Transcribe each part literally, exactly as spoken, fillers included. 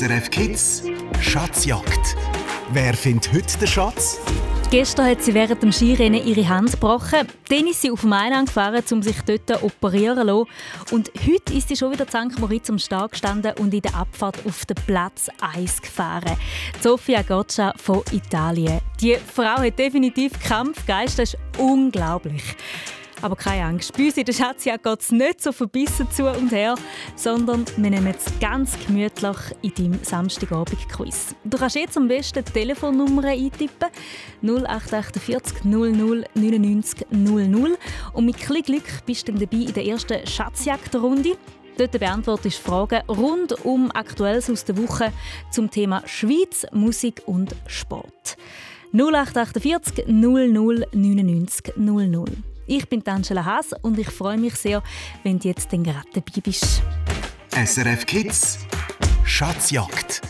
S R F Kids Schatzjagd. Wer findet heute den Schatz? Gestern hat sie während dem Skirennen ihre Hand gebrochen. Dann ist sie auf Mailand gefahren, um sich dort operieren zu lassen. Und heute ist sie schon wieder in Sankt Moritz am Start gestanden und in der Abfahrt auf den Platz eins gefahren. Sofia Goccia von Italien. Die Frau hat definitiv Kampfgeist, das ist unglaublich. Aber keine Angst, bei uns in der Schatzjagd geht es nicht so verbissen zu und her, sondern wir nehmen es ganz gemütlich in deinem Samstagabend-Quiz. Du kannst jetzt am besten die Telefonnummer eintippen, null acht acht vier null null neun neun null null, und mit ein bisschen Glück bist du dann dabei in der ersten Schatzjagdrunde. Dort beantwortest du Fragen rund um Aktuelles aus der Woche zum Thema Schweiz, Musik und Sport. null acht acht vier null null neun neun null null. Ich bin Angela Haas und ich freue mich sehr, wenn du jetzt gerade dabei bist. S R F Kids Schatzjagd.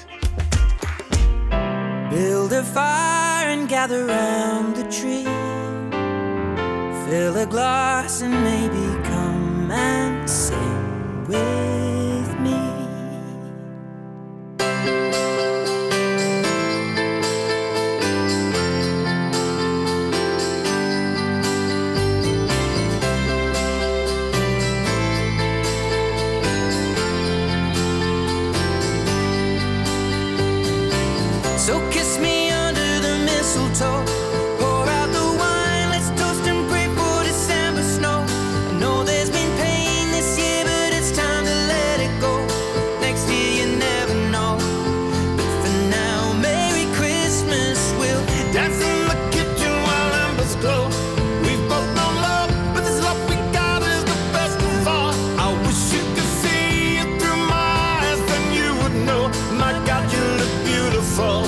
Build a fire and gather round the tree. Fill a glass and maybe come and sing with me. So kiss me under the mistletoe. Pour out the wine, let's toast and pray for December snow. I know there's been pain this year, but it's time to let it go. Next year you never know. But for now, Merry Christmas. We'll dance in the kitchen while embers glow. We've both known love, but this love we got is the best of all. I wish you could see it through my eyes, then you would know. My God, you look beautiful.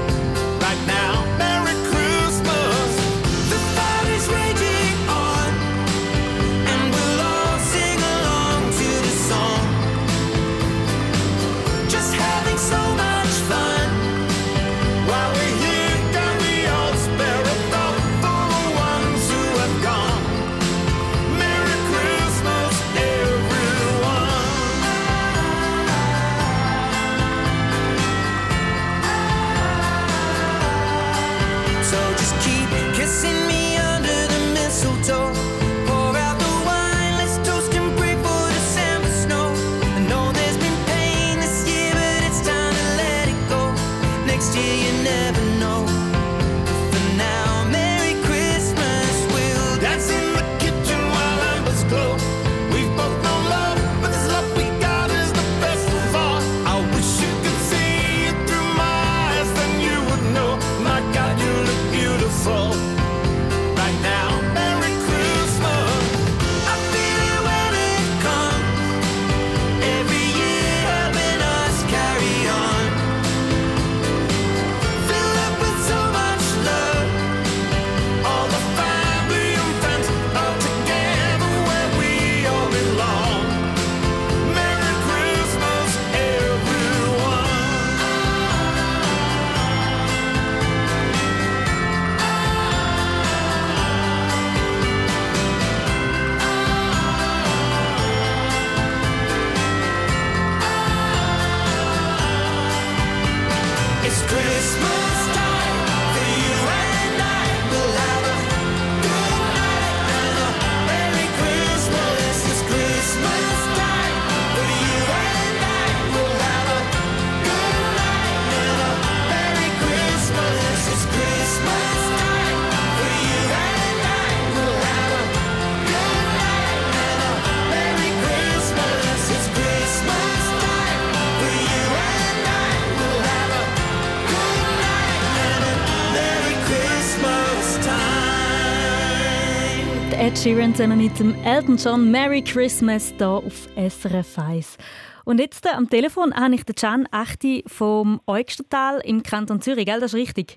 Ed Sheeran zusammen mit dem Elton John «Merry Christmas» hier auf S R F eins. Und jetzt äh, am Telefon habe ich den Can Achti vom Eugstertal im Kanton Zürich, gell? Das ist richtig?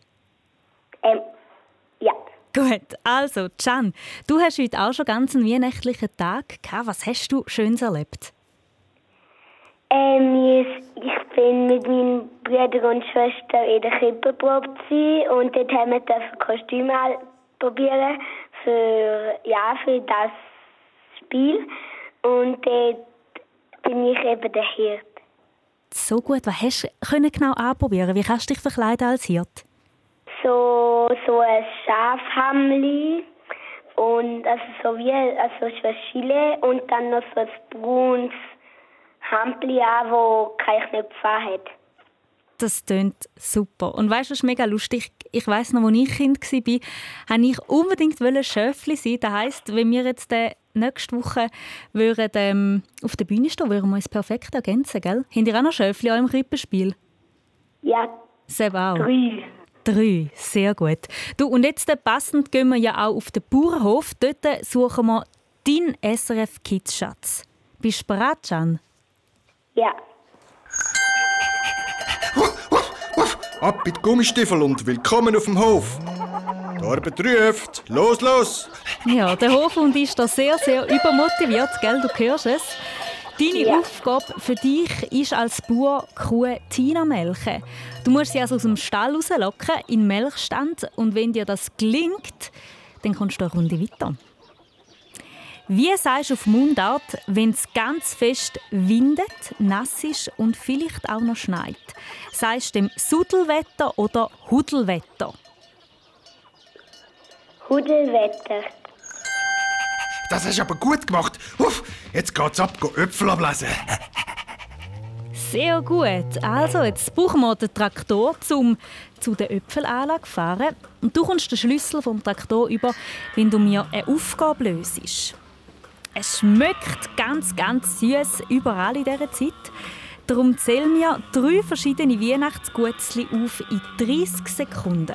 Ähm, ja. Gut, also Can, du hast heute auch schon ganz einen weihnachtlichen Tag gehabt. Was hast du Schönes erlebt? Ähm, ich bin mit meinen Brüdern und Schwestern in der Krippenprobe und dort haben wir das Kostüm probieren für, ja, für das Spiel. Und dort bin ich eben der Hirt. So gut. Was hast du können genau anprobieren? Wie kannst du dich verkleiden als Hirt? So, so ein Schafhammli und also so wie also ein Chile und dann noch so ein braunes Hampli an, wo keine Knöpfe hat. Das klingt super. Und weißt du, was ist mega lustig? Ich weiss noch, als ich Kind war, wollte ich unbedingt ein Schöfli sein. Das heisst, wenn wir jetzt äh, nächste Woche würden, ähm, auf der Bühne stehen, würden wir uns perfekt ergänzen, gell? Habt ihr auch noch Schöfli an eurem Krippenspiel? Ja, Seb auch. drei. Drei, sehr gut. Du, und jetzt äh, passend gehen wir ja auch auf den Bauernhof. Dort suchen wir deinen S R F Kids-Schatz. Bist du bereit, Can? Ja. Ab mit Gummistiefel und willkommen auf dem Hof. Die Arbeit ruft. Los, los! Ja, der Hofhund ist da sehr, sehr übermotiviert, gell? Du hörst es. Deine Ja. Aufgabe für dich ist als Bauer, Kuh Tina melken. Du musst sie also aus dem Stall rauslocken, in den Melkstand. Und wenn dir das gelingt, dann kommst du eine Runde weiter. Wie sagst du auf Mundart, wenn es ganz fest windet, nass ist und vielleicht auch noch schneit? Sagst du dem Sudelwetter oder Hudelwetter? Hudelwetter. Das hast du aber gut gemacht. Uff, jetzt geht's ab, go Äpfel ablesen. Sehr gut. Also, jetzt brauchen wir den Traktor, um zu der Äpfelanlage zu fahren. Und du kommst den Schlüssel vom Traktor über, wenn du mir eine Aufgabe löst. Es schmeckt ganz, ganz süß überall in dieser Zeit. Darum zähl mir drei verschiedene Weihnachtsgutzli auf in dreißig Sekunden.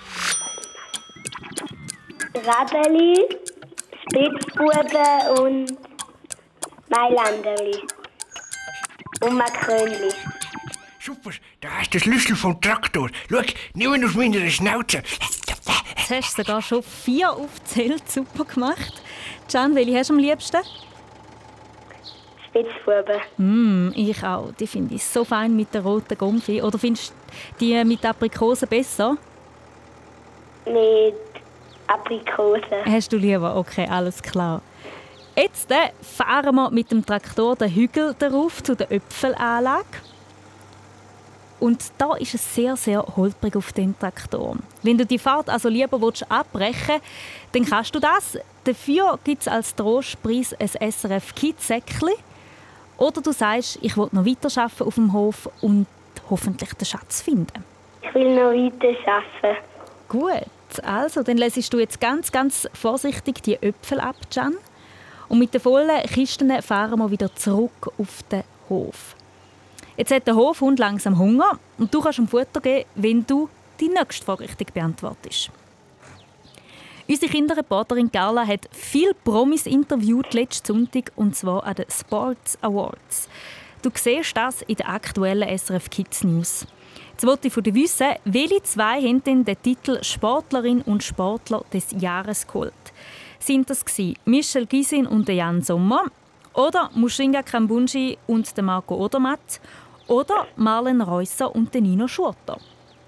Rabeli, Spitzbuben und Mailanderli. Und Makrönli. Super, da hast du den Schlüssel vom Traktor. Schau, nimm ihn aus meiner Schnauze. Jetzt hast du sogar schon vier aufgezählt. Super gemacht. Can, welche hast du am liebsten? Spitzbuben. Mm, ich auch. Die finde ich so fein mit der roten Gomfi. Oder findest du die mit Aprikosen besser? Mit Aprikosen. Hast du lieber? Okay, alles klar. Jetzt äh, fahren wir mit dem Traktor den Hügel darauf zu der Äpfelanlage. Und da ist es sehr, sehr holprig auf dem Traktor. Wenn du die Fahrt also lieber abbrechen willst, dann kannst du das. Dafür gibt es als Trostpreis ein S R F Kids-Säckchen. Oder du sagst, ich will noch weiterarbeiten auf dem Hof und hoffentlich den Schatz finden. Ich will noch weiter arbeiten. Gut, also dann lässt du jetzt ganz, ganz vorsichtig die Äpfel ab, Can. Und mit den vollen Kisten fahren wir wieder zurück auf den Hof. Jetzt hat der Hofhund langsam Hunger und du kannst ihm Futter geben, wenn du die nächste Frage richtig beantwortest. Unsere Kinderreporterin Carla hat viele Promis interviewt letzten Sonntag, und zwar an den Sports Awards. Du siehst das in der aktuellen S R F Kids News. Jetzt wollte ich von dir wissen, welche zwei haben denn den Titel Sportlerin und Sportler des Jahres geholt? Sind das Michelle Gysin und Jan Sommer? Oder Mushinga Kambunji und Marco Odermatt? Oder Marlen Reusser und Nino Schurter?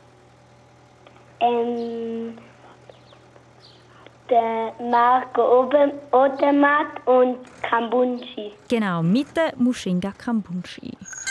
Ähm, der Marco Odermatt und Kambunji. Genau, mit der Mushinga Kambunji.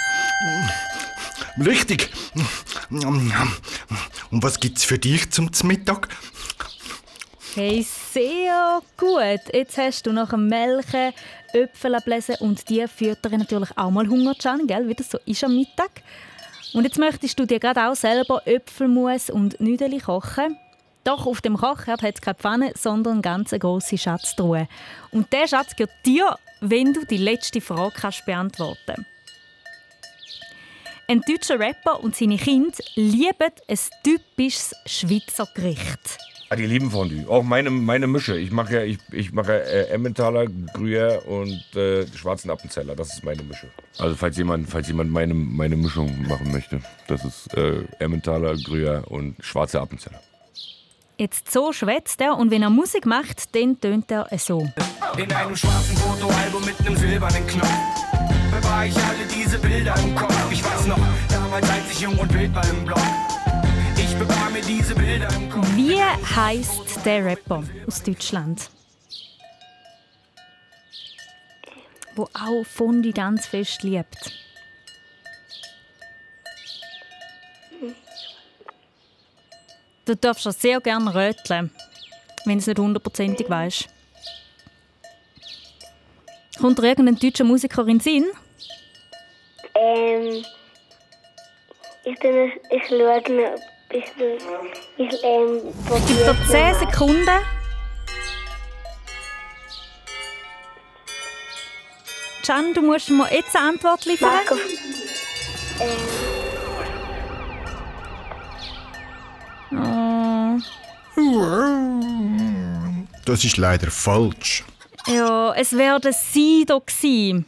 Richtig. Und was gibt's für dich zum Mittag? Hey, sehr gut. Jetzt hast du nach dem Melken, Äpfel ablesen und die füttern natürlich auch mal Hunger, Can, gell? Wie das so ist am Mittag. Und jetzt möchtest du dir gerade auch selber Äpfelmus und Nüdeli kochen. Doch auf dem Kochherd hat es keine Pfanne, sondern eine ganz grosse Schatztruhe. Und dieser Schatz gehört dir, wenn du die letzte Frage kannst beantworten kannst. Ein deutscher Rapper und seine Kinder lieben ein typisches Schweizer Gericht. Ah, die lieben Fondue. Auch meine, meine Mische. Ich mache ja, ich, ich mache äh, Emmentaler, Gruyère und äh, schwarzen Appenzeller. Das ist meine Mische. Also falls jemand, falls jemand meine, meine Mischung machen möchte, das ist äh, Emmentaler, Gruyère und schwarze Appenzeller. Jetzt so schwätzt er und wenn er Musik macht, dann tönt er so. In einem schwarzen Fotoalbum mit einem silbernen Knopf bewahre ich alle diese Bilder im Kopf. Ich weiß noch, damals als ich jung und wild war im Block. Ich bewahre mir diese Bilder im Kopf. Wie heisst der Rapper aus Deutschland? Wo auch Fondue ganz fest liebt. Du darfst auch sehr gerne röteln, wenn du es nicht hundertprozentig weisst. Kommt dir irgendein deutscher Musiker in den Sinn? Ähm, ich, dann, ich schaue noch. Ich, ich ähm, Es gibt noch zehn Sekunden. Can, du musst mir jetzt eine Antwort liefern. Marco. Ähm, Oh. Das ist leider falsch. Ja, es wäre der Sido gewesen.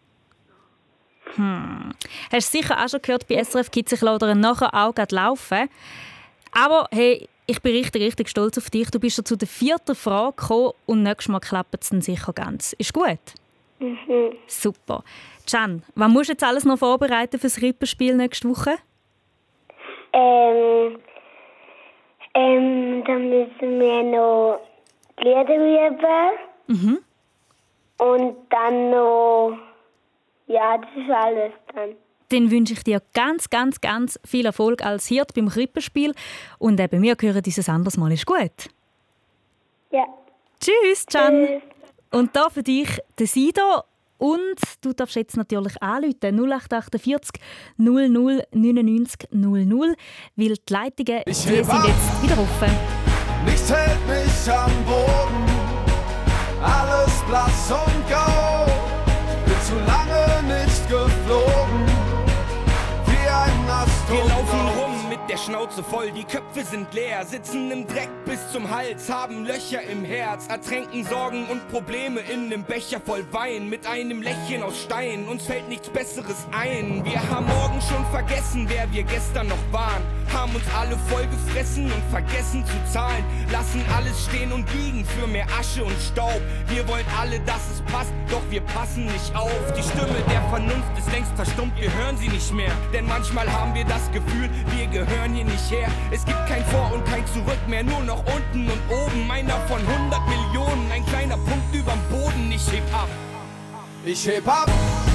Hm. Hast du sicher auch schon gehört, bei S R F Kids, ich lasse dir nachher auch gleich laufen. Aber hey, ich bin richtig, richtig stolz auf dich. Du bist schon zu der vierten Frage gekommen und nächstes Mal klappt es dann sicher ganz. Ist gut? mhm. Super. Can, was musst du jetzt alles noch vorbereiten für das Rippenspiel nächste Woche? Ähm, ähm, dann müssen wir noch Lieder üben. Mhm. Und dann noch... Ja, das ist alles dann. Dann wünsche ich dir ganz, ganz, ganz viel Erfolg als Hirt beim Krippenspiel. Und eben, wir hören dieses anderes Mal. Ist gut? Ja. Tschüss, Can. Tschüss. Und da für dich der Sido. Und du darfst jetzt natürlich anrufen, null acht achtundvierzig null null neunundneunzig null null, weil die Leitungen die sind jetzt wieder offen. Nichts hält mich am Boden, alles blass und grau. Bin zu lange nicht geflogen, wie ein Astronaut. Wir laufen rum mit der Schnauze voll, die Köpfe sind leer, sitzen im Dreck bis zum Hals, haben Löcher im Herz, ertränken Sorgen und Probleme in nem Becher voll Wein, mit einem Lächeln aus Stein, uns fällt nichts Besseres ein. Wir haben morgen schon vergessen, wer wir gestern noch waren, haben uns alle voll gefressen und vergessen zu zahlen, lassen alles stehen und liegen für mehr Asche und Staub. Wir wollen alle, dass es passt, doch wir passen nicht auf. Die Stimme der Vernunft ist längst verstummt, wir hören sie nicht mehr, denn manchmal haben wir das Gefühl, wir gehören hier nicht her. Es gibt kein Vor und kein Zurück mehr, nur noch unten und oben. Einer von hundert Millionen, ein kleiner Punkt überm Boden. Ich heb ab. Ich heb ab,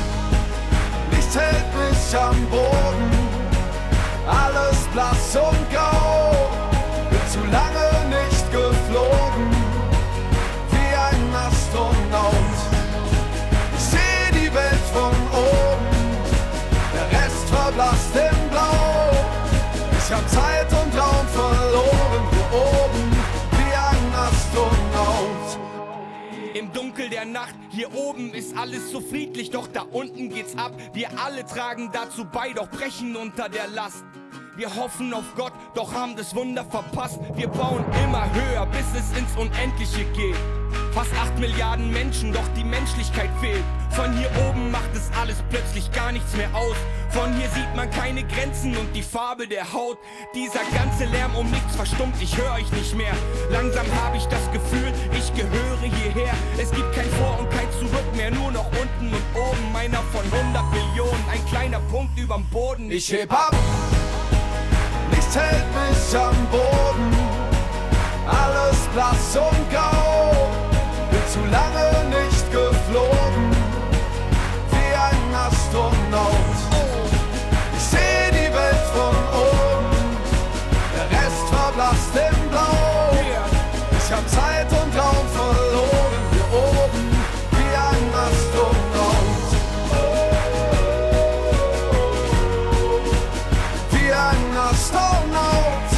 nichts hält mich am Boden, alles blass und grau. Bin zu lange nicht geflogen, wie ein Astronaut. Ich seh die Welt von oben, der Rest verblasst in Blau. Ich hab Zeit und Raum verloren, hier oben, wie ein Astronaut. Im Dunkel der Nacht, hier oben ist alles so friedlich, doch da unten geht's ab. Wir alle tragen dazu bei, doch brechen unter der Last. Wir hoffen auf Gott, doch haben das Wunder verpasst. Wir bauen immer höher, bis es ins Unendliche geht. Fast acht Milliarden Menschen, doch die Menschlichkeit fehlt. Von hier oben macht es alles plötzlich gar nichts mehr aus. Von hier sieht man keine Grenzen und die Farbe der Haut. Dieser ganze Lärm um nichts verstummt, ich höre euch nicht mehr. Langsam habe ich das Gefühl, ich gehöre hierher. Es gibt kein Vor und kein Zurück mehr, nur noch unten und oben. Einer von hundert Millionen, ein kleiner Punkt überm Boden. Ich heb ab, nichts hält mich am Boden, alles blass und grau. Bin zu lange nicht geflogen, wie ein Astronaut. Ich seh die Welt von oben, der Rest verblasst in Blau. Ich hab Zeit und Raum verloren, hier oben, wie ein Astronaut. Wie ein Astronaut.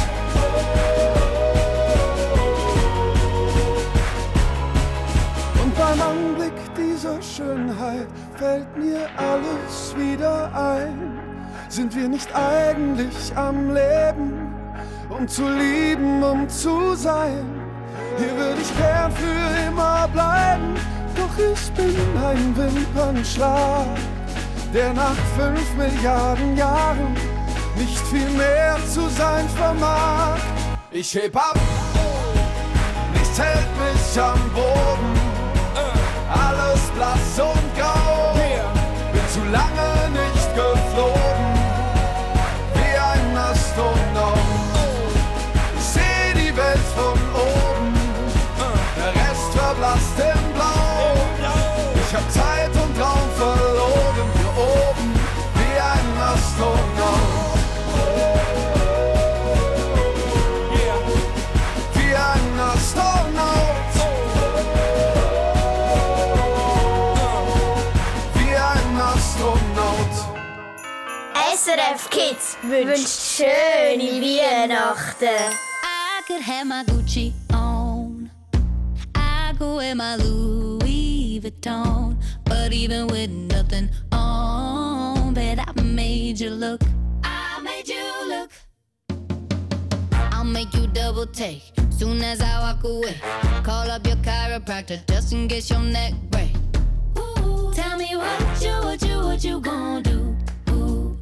Und beim Anblick dieser Schönheit fällt mir alles wieder ein. Sind wir nicht eigentlich am Leben, um zu lieben, um zu sein? Hier würde ich gern für immer bleiben, doch ich bin ein Wimpernschlag, der nach fünf Milliarden Jahren nicht viel mehr zu sein vermag. Ich heb ab, nichts hält mich am Boden, alles blass und grau. Bin zu lange nicht geflogen, wie ein Astronaut. Ich seh die Welt von oben, der Rest verblasst in Blau. Ich hab Zeit und Raum verloren, hier oben, wie ein Astronaut. R F Kids wünscht schöne Weihnachten. I could have my Gucci on. I go wear my Louis Vuitton. But even with nothing on, bet I made you look. I made you look. I'll make you double take soon as I walk away. Call up your chiropractor just in case your neck break. Ooh, tell me what you, what you, what you gonna do? Ooh.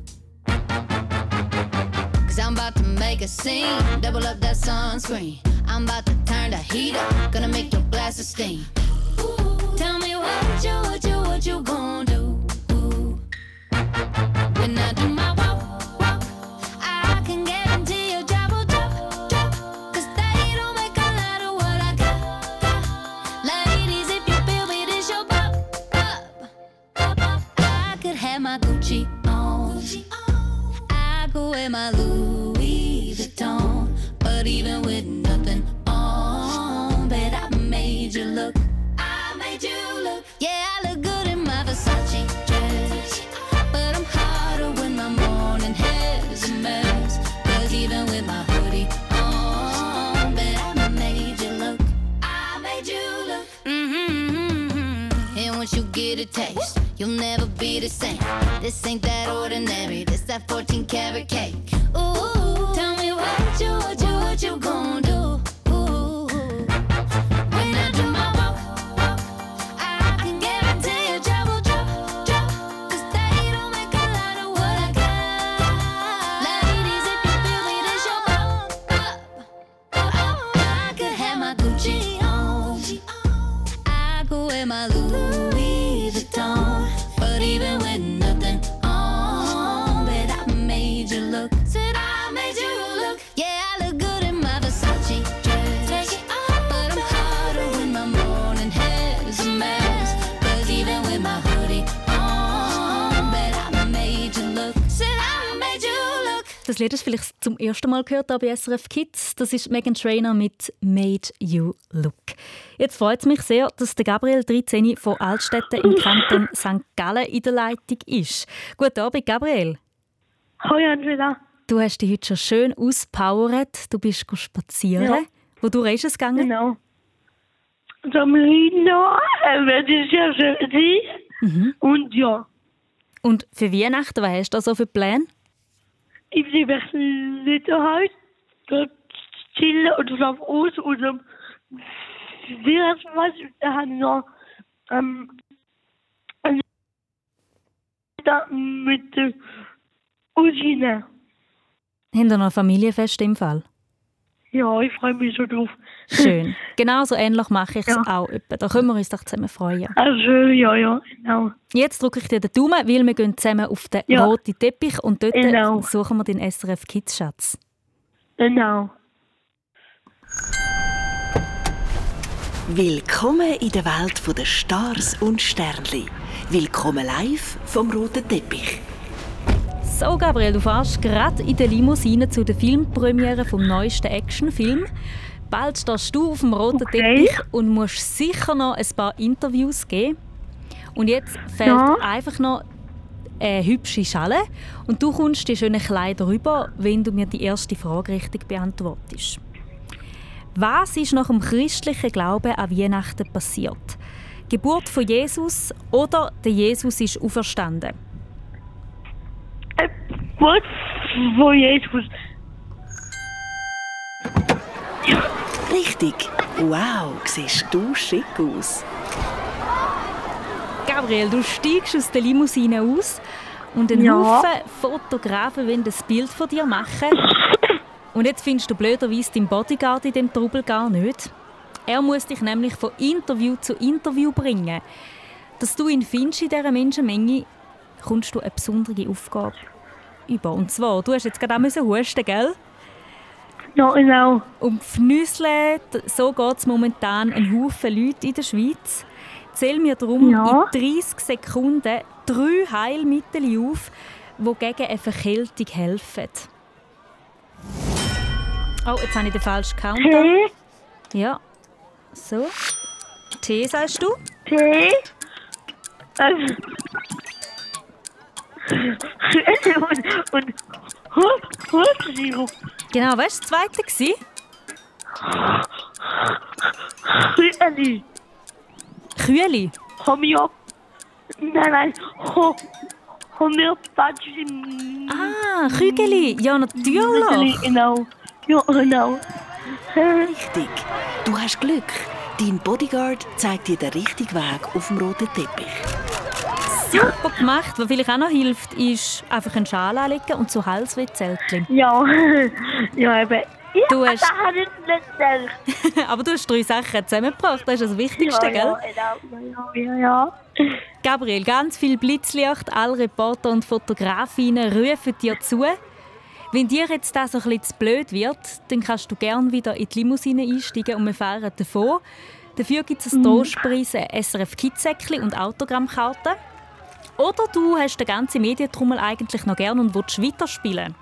Cause I'm about to make a scene, double up that sunscreen. I'm about to turn the heat up, gonna make your glasses steam. Ooh, tell me what you, what you, what you gonna do? Ooh. When I do my walk, walk, I can guarantee your job will drop, drop. Cause they don't make a lot of what I got, got. Ladies, if you feel me, this your pop, pop, pop, pop. I could have my Gucci on. I could wear my Louis Vuitton. But even with nothing on, bet I made you look. I made you look. Yeah, I look good in my Versace dress. But I'm hotter when my morning hair's a mess. Cause even with my hoodie on, bet I made you look. I made you look. Mm-hmm. And once you get a taste, you'll never be the same. This ain't that ordinary, this that fourteen karat cake. Ooh, tell me what you, what you, what you gon' do? Ooh, when I do my walk, walk, I can guarantee your job will drop, drop. Cause they don't make a lot of what I got. Ladies, if you feel me, this your pop, pop, pop. I could have my Gucci on. I could wear my Louis Vuitton. But even with nothing on, bet I made you look. Said I made you look. Yeah, I look good in my Versace dress. Take it off, but I'm hotter when my morning hair's a mess. Cause even with my hoodie on, bet I made you look. Said I made you look. Das Lied hast du vielleicht zum ersten Mal gehört bei S R F Kids. Das ist Meghan Trainor mit «Made You Look». Jetzt freut es mich sehr, dass der Gabriel dreizehn von Altstätten im Kanton Sankt Gallen in der Leitung ist. Guten Abend, Gabriel. Hoi, Angela. Du hast dich heute schon schön auspowert. Du bist spazieren. Ja. Wodurch ist es gegangen? Genau. Am Rhino, das ist ja schön. Mhm. Und ja. Und für Weihnachten, was hast du da so für Pläne? Ich bleibe nicht zu Hause, dort chillen und schlafe aus. Und am vierundzwanzig da habe ich noch ähm, mit der Cousine. Haben wir noch ein Familienfest im Fall? Ja, ich freue mich schon drauf. Schön. Genauso ähnlich mache ich es Ja. auch. Etwa. Da können wir uns doch zusammen freuen. Also, ja, ja, genau. Jetzt drücke ich dir den Daumen, weil wir gehen zusammen auf den Ja. roten Teppich und dort Genau. suchen wir den S R F Kids Schatz. Genau. Willkommen in der Welt der Stars und Sternli. Willkommen live vom roten Teppich. So, Gabriel, du fährst gerade in der Limousine zu der Filmpremiere vom neuesten Actionfilm. Bald stehst du auf dem roten Okay. Teppich und musst sicher noch ein paar Interviews geben. Und jetzt fehlt Ja. einfach noch eine hübsche Schale und du kommst die schönen Kleider rüber, wenn du mir die erste Frage richtig beantwortest. Was ist nach dem christlichen Glauben an Weihnachten passiert? Geburt von Jesus oder der Jesus ist auferstanden? Was? Wo Jesus? Richtig. Wow, siehst du schick aus. Gabriel, du steigst aus der Limousine aus und ein Ja. Haufen Fotografen wollen ein Bild von dir machen. Und jetzt findest du blöderweise deinen Bodyguard in dem Trubel gar nicht. Er muss dich nämlich von Interview zu Interview bringen. Dass du ihn findest in dieser Menschenmenge, kommst du eine besondere Aufgabe über. Und zwar, du hast jetzt gerade auch müssen husten, gell? Ja, genau. Um Pfnüsseln, so geht es momentan ein Haufen Leute in der Schweiz. Zähl mir darum Ja. in dreissig Sekunden drei Heilmittel auf, die gegen eine Verkältung helfen. Oh, jetzt habe ich den falschen Countdown. Tee. Ja. So. Tee sagst du? Tee. Ähm. und, und Hustensirup. Genau, was war das zweite? Gewesen? Küeli. Küeli? Homöop... Nein, nein. Ho Homöopathische... Ah, Kügeli. Ja, natürlich. Kügeli, genau. Ja, genau. Richtig. Du hast Glück. Dein Bodyguard zeigt dir den richtigen Weg auf dem roten Teppich. Super gemacht. Was vielleicht auch noch hilft, ist einfach einen Schal anlegen und so Halsweh-Zeltchen. Ja, ja eben. Ja, Du hast- das habe ich nicht gedacht. Aber du hast drei Sachen zusammengebracht, das ist das Wichtigste, Ja, gell? ja, genau. Ja, ja, ja. Gabriel, ganz viel Blitzlicht, alle Reporter und Fotografinnen rufen dir zu. Wenn dir jetzt das so ein bisschen zu blöd wird, dann kannst du gerne wieder in die Limousine einsteigen und wir fahren davon. Dafür gibt es ein Trostpreis, ein S R F-Kids-Säckchen und Autogrammkarten. Oder du hast den ganzen Medientrommel eigentlich noch gerne und willst weiterspielen.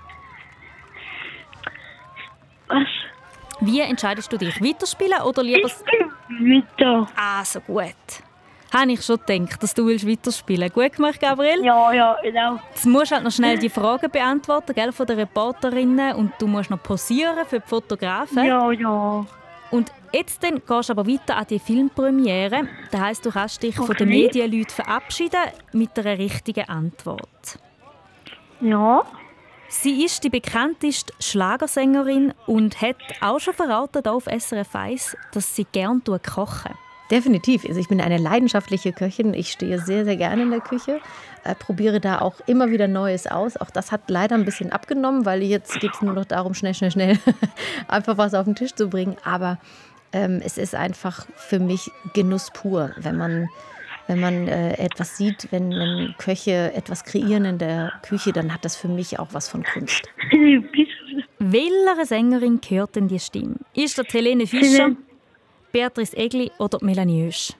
Was? Wie entscheidest du dich? Weiterspielen oder lieber... Ich weiter. Ah, so gut. Habe ich schon gedacht, dass du willst weiterspielen. Gut gemacht, Gabriel. Ja, ja, genau. Jetzt musst du halt noch schnell die Fragen beantworten, gell, von den Reporterinnen. Und du musst noch posieren für die Fotografen. Ja, ja. Und jetzt dann gehst du aber weiter an die Filmpremiere. Das heisst, du kannst dich von Okay. den Medienleuten verabschieden mit einer richtigen Antwort. Ja. Sie ist die bekannteste Schlagersängerin und hat auch schon verraten hier auf S R F eins, dass sie gerne kochen. Definitiv. Also ich bin eine leidenschaftliche Köchin. Ich stehe sehr, sehr gerne in der Küche. Äh, probiere da auch immer wieder Neues aus. Auch das hat leider ein bisschen abgenommen, weil jetzt geht es nur noch darum, schnell, schnell, schnell einfach was auf den Tisch zu bringen. Aber ähm, es ist einfach für mich Genuss pur, wenn man, wenn man äh, etwas sieht, wenn, wenn Köche etwas kreieren in der Küche, dann hat das für mich auch was von Kunst. Welcher Sängerin gehört denn die Stimme? Ist das Helene Fischer, Beatrice Egli oder Melanie Oesch?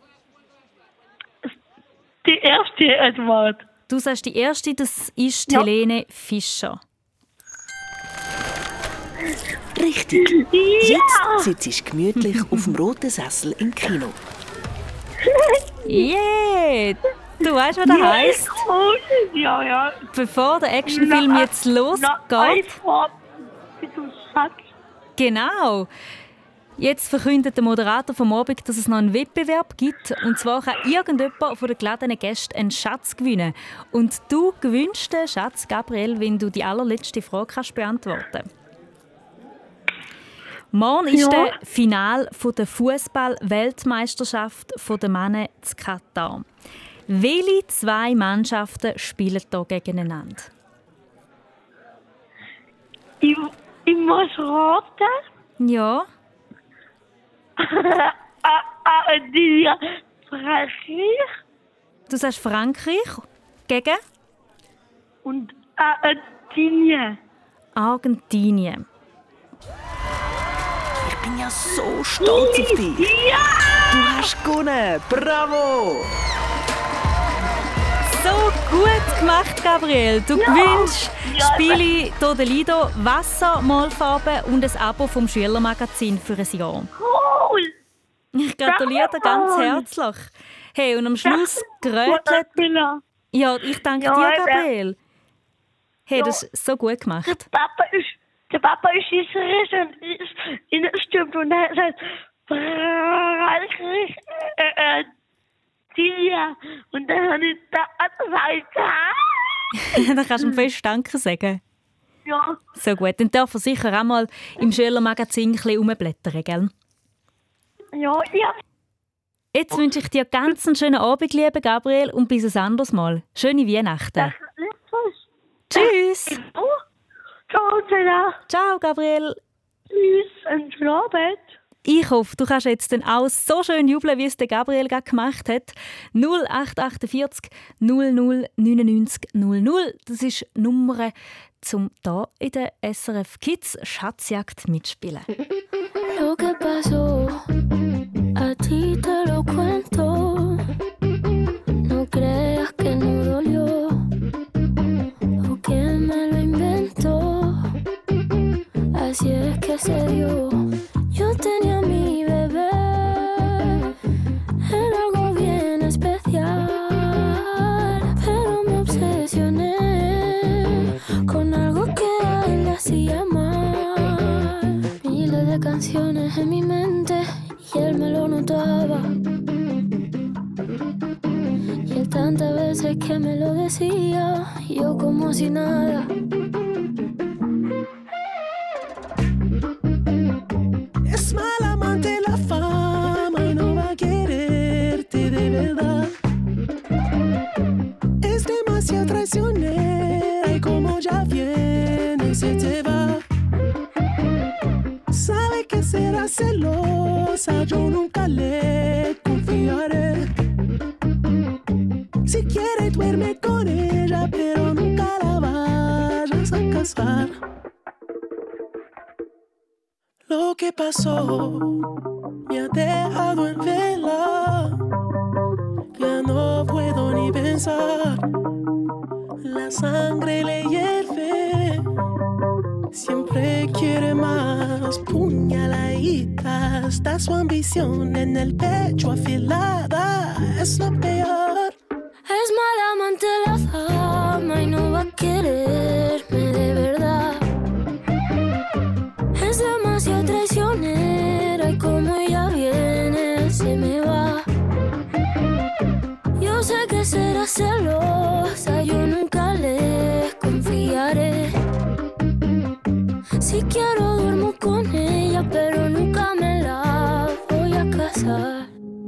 Die erste Antwort. Du sagst die erste, das ist Ja. Helene Fischer. Richtig. Ja. Jetzt sitzt du gemütlich auf dem roten Sessel im Kino. Yeah! Du weißt, was das Ja, heisst? Ja, ja. Bevor der Actionfilm Na, jetzt losgeht. Antwort. Du sagst. Genau. Jetzt verkündet der Moderator vom Abend, dass es noch einen Wettbewerb gibt. Und zwar kann irgendjemand von den geladenen Gästen einen Schatz gewinnen. Und du gewinnst den Schatz, Gabriel, wenn du die allerletzte Frage kannst beantworten. Morgen ist Ja. der Final der Fußball-Weltmeisterschaft der Männer in Katar. Welche zwei Mannschaften spielen hier gegeneinander? Ich, ich muss raten. Ja. ah, ah, die Frankreich Du sagst Frankreich gegen und Argentinien. Argentinien. Ich bin ja so stolz auf dich. Ja! Du hast gewonnen. Bravo! So gut gemacht, Gabriel. Du Ja. gewinnst Ja, Spiele Todelido, Wasser, Malfarben und ein Abo vom Schülermagazin für ein Jahr. Cool! Ich gratuliere dir ganz Danke. herzlich. Hey, und am Schluss gerötelt. Ja, ich danke Ja, dir, eben. Gabriel. Hey, Ja. das ist so gut gemacht. Papa ist, der Papa ist Israelisch und ist in der Stimmt und er sagt Frankreich, äh, äh, Tilia. Und dann habe ich da weiter. Dann kannst du ihm fest Danke sagen. Ja. So gut. Dann darf er sicher auch mal im Schülermagazin ein bisschen rumblättern, gell? Ja, ja. Jetzt wünsche ich dir ganz einen schönen Abend, lieber Gabriel, und bis ein anderes Mal. Schöne Weihnachten. Tschüss. Ciao, Tina. Ciao, Gabriel. Tschüss und schönen Abend. Ich hoffe, du kannst jetzt dann auch so schön jubeln, wie es der Gabriel gerade gemacht hat. null acht acht vier null null neun neun null null. Das ist die Nummer, um hier in der S R F Kids Schatzjagd mitspielen. Lo que pasó, a ti te lo cuento. No creas que no dolió o que me lo inventó. Así es que se dio. Yo tenía mi bebé, era algo bien especial, pero me obsesioné. en mi mente y él me lo notaba. Y él tantas veces que me lo decía, yo como si nada. Es mal amante la fama y no va a quererte de verdad. Es demasiado traicionera y como ya viene se te va. Sabe que será celosa, yo nunca le confiaré. Si quiere duerme con ella, pero nunca la vayas a casar. Lo que pasó me ha dejado en vela. Ya no puedo ni pensar. La sangre le hierve. Siempre quiere más. Puñaladita. Está su ambición en el pecho afilada. Es lo peor. Es mala amante la fama y no va a quererme de verdad. Es demasiado traicionera y como ella viene se me va. Yo sé que será celosa, yo nunca le confiaré. Si quiero duermo con ella, pero nunca me la voy a casar.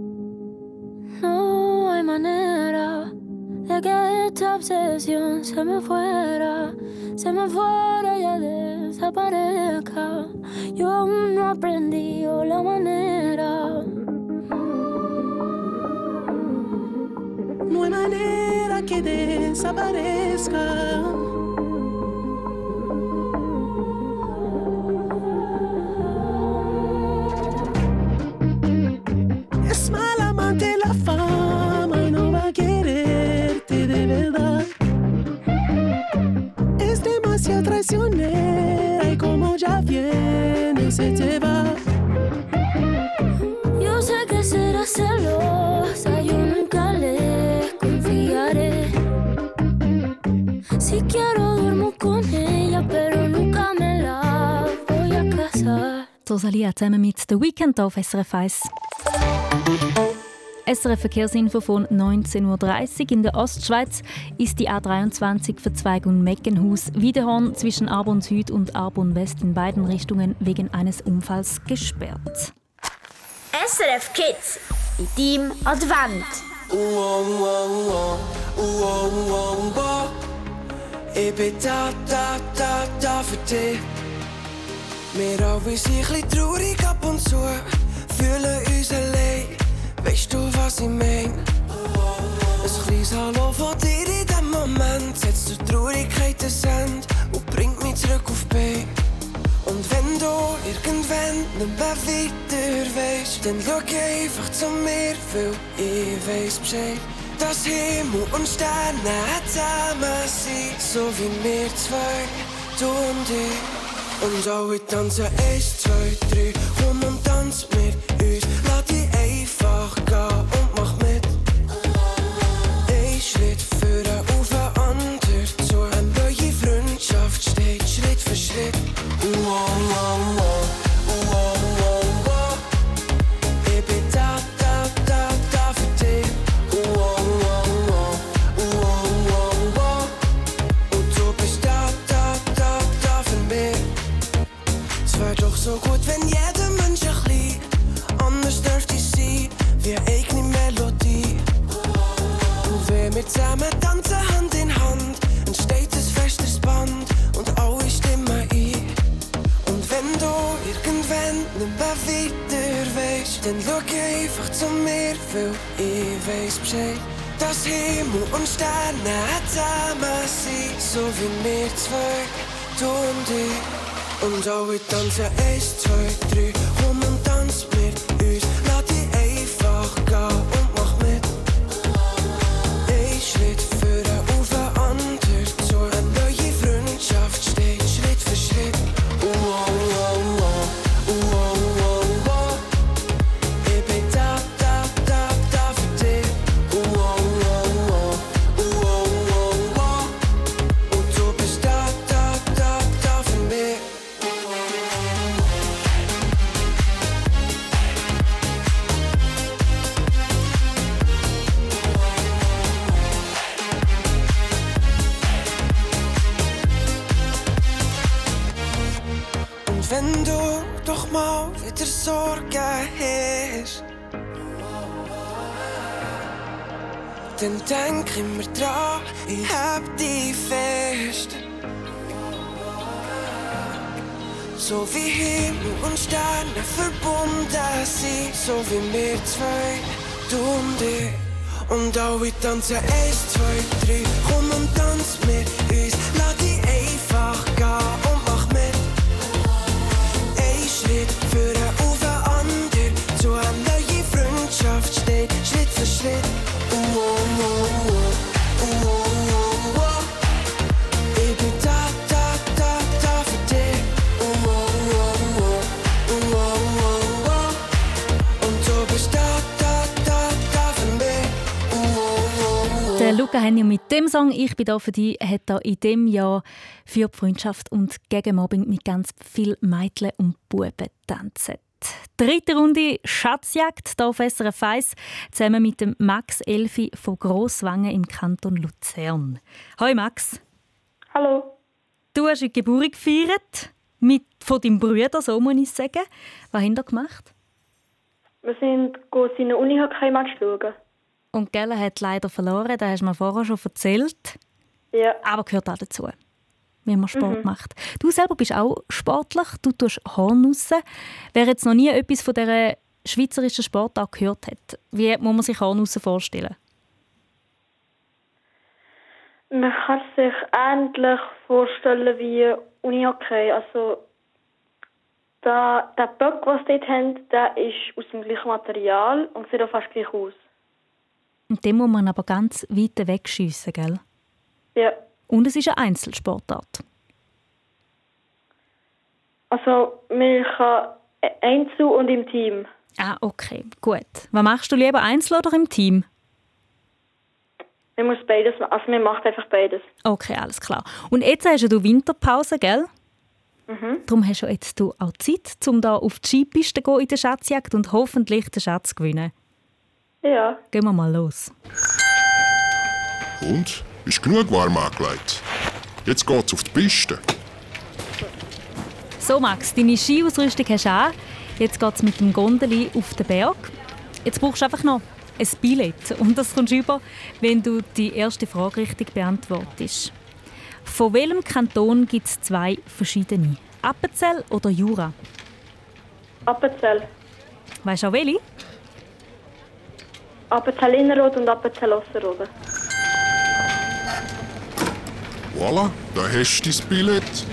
No hay manera de que esta obsesión se me fuera, se me fuera y ya desaparezca. Yo aún no aprendí la manera. No hay manera que desaparezca. Es mal amante la fama y no va a quererte de verdad. Es demasiado traicionera y como ya viene se te va. Yo sé que será celosa, yo nunca le confiaré. Si quiero duermo con ella, pero nunca me la voy a casar. Rosalia zusammen mit The Weeknd auf S R F eins. S R F Verkehrsinfo von neunzehn Uhr dreißig. In der Ostschweiz ist die A dreiundzwanzig Verzweigung Meckenhus-Wiedehorn zwischen Arbon Süd und Arbon West in beiden Richtungen wegen eines Unfalls gesperrt. S R F Kids in deinem Advent. Ich bin da, da, da, da für dich. Wir alle sind ein bisschen traurig ab und zu, fühlen uns allein. Weißt du, was ich mein? Ein kleines Hallo von dir in dem Moment setzt die Traurigkeit ins Ende und bringt mich zurück auf die Beine. Und wenn du irgendwann nicht mehr weiter weisst, dann schau einfach zu mir, weil ich weiss Bescheid. Dass Himmel und Sterne zusammen sind, so wie wir zwei, du und ich. Und alle tanzen eins, zwei, drei, komm und tanz mit uns. Lass dich einfach gehen und mach mit. Ein Schritt führen auf den anderen zu. Eine neue Freundschaft steht Schritt für Schritt. Wow, wow, wow, wow, wow, wow. Ich bin da, da, da, da für dich. Wow, wow, wow, wow, wow, wow. Und du bist da, da, da, da für mich. Es wär doch so gut, wenn jeder Mensch ein bisschen anders dürfte sein, wie eine eigene Melodie. Und wenn wir zusammen tanzen Hand in Hand, entsteht ein festes Band und alle stimmen ein. Und wenn du irgendwann nicht mehr weiter weisst, dann schau einfach zu mir, weil ich weiss Bescheid. Dass Himmel und Sterne zusammen sind, so wie wir zwei, du und ich. Und alle tanzen eins, zwei, drei, komm und tanz mit uns. Lass dich einfach gehen und mach mit. Ein Schritt führen auf den anderen zu. Eine neue Freundschaft steht Schritt für Schritt. Wow, wow, wow, wow, wow, wow. Ich bin da, da, da, da für dich. Wow, wow, wow, wow, wow, wow. Und du bist da, da, da, da für mich. doch mal wieder Sorgen hast, dann denk immer dran, ich hab dich fest. So wie Himmel und Sterne verbunden sind, so wie wir zwei, du und ich. Und alle tanzen eins, zwei, drei, komm und tanz mit uns. Lass dich einfach gehen und mach mit. Ein Schritt für einen auf den anderen, zu einer neuen Freundschaft steht, Schritt für Schritt. Uh, uh, uh, uh, uh, uh, uh. Ich bin da, da, da, da für dich. Uh, uh, uh, uh, uh, uh, uh. Und du bist da, da, da, da für mich. Der Luca Henny mit dem Song «Ich bin da für dich» hat er in diesem Jahr für die Freundschaft und gegen Mobbing mit ganz vielen Mädchen und Buben getanzt. Dritte Runde Schatzjagd hier auf S R F eins zusammen mit dem Max Elfi von Grosswangen im Kanton Luzern. Hoi Max. Hallo. Du hast heute Geburt gefeiert mit, von deinem Bruder, so muss ich sagen. Was habt ihr gemacht? Wir sind seinen Unihockey-Match schauen. Und Gella hat leider verloren, das hast du mir vorher schon erzählt. Ja. Aber gehört auch dazu, wenn man Sport Mhm. macht. Du selber bist auch sportlich, du tust Horn raus. Wer jetzt noch nie etwas von dieser schweizerischen Sportart gehört hat, wie muss man sich Horn raus vorstellen? Man kann sich ähnlich vorstellen wie Unihockey. Also der, der Böck, den sie dort haben, der ist aus dem gleichen Material und sieht auch fast gleich aus. Und den muss man aber ganz weit wegschiessen, gell? Ja. Und es ist eine Einzelsportart. Also man kann einzeln und im Team. Ah, okay, gut. Was machst du lieber, einzeln oder im Team? Man muss beides machen. Also man macht einfach beides. Okay, alles klar. Und jetzt hast du Winterpause, gell? Mhm. Darum hast du jetzt auch Zeit, um da auf die Skipiste zu gehen in der Schatzjagd und hoffentlich den Schatz zu gewinnen. Ja. Gehen wir mal los. Und? Ist genug warm angelegt? Jetzt geht's auf die Piste. So Max, deine Skiausrüstung hast du an. Jetzt geht es mit dem Gondeli auf den Berg. Jetzt brauchst du einfach noch ein Billett. Und das kommst du über, wenn du die erste Frage richtig beantwortest. Von welchem Kanton gibt es zwei verschiedene? Appenzell oder Jura? Appenzell. Weißt du auch welche? Appenzell Innerrhoden und Appenzell Ausserrhoden. Voilà, da hast du dein Billett.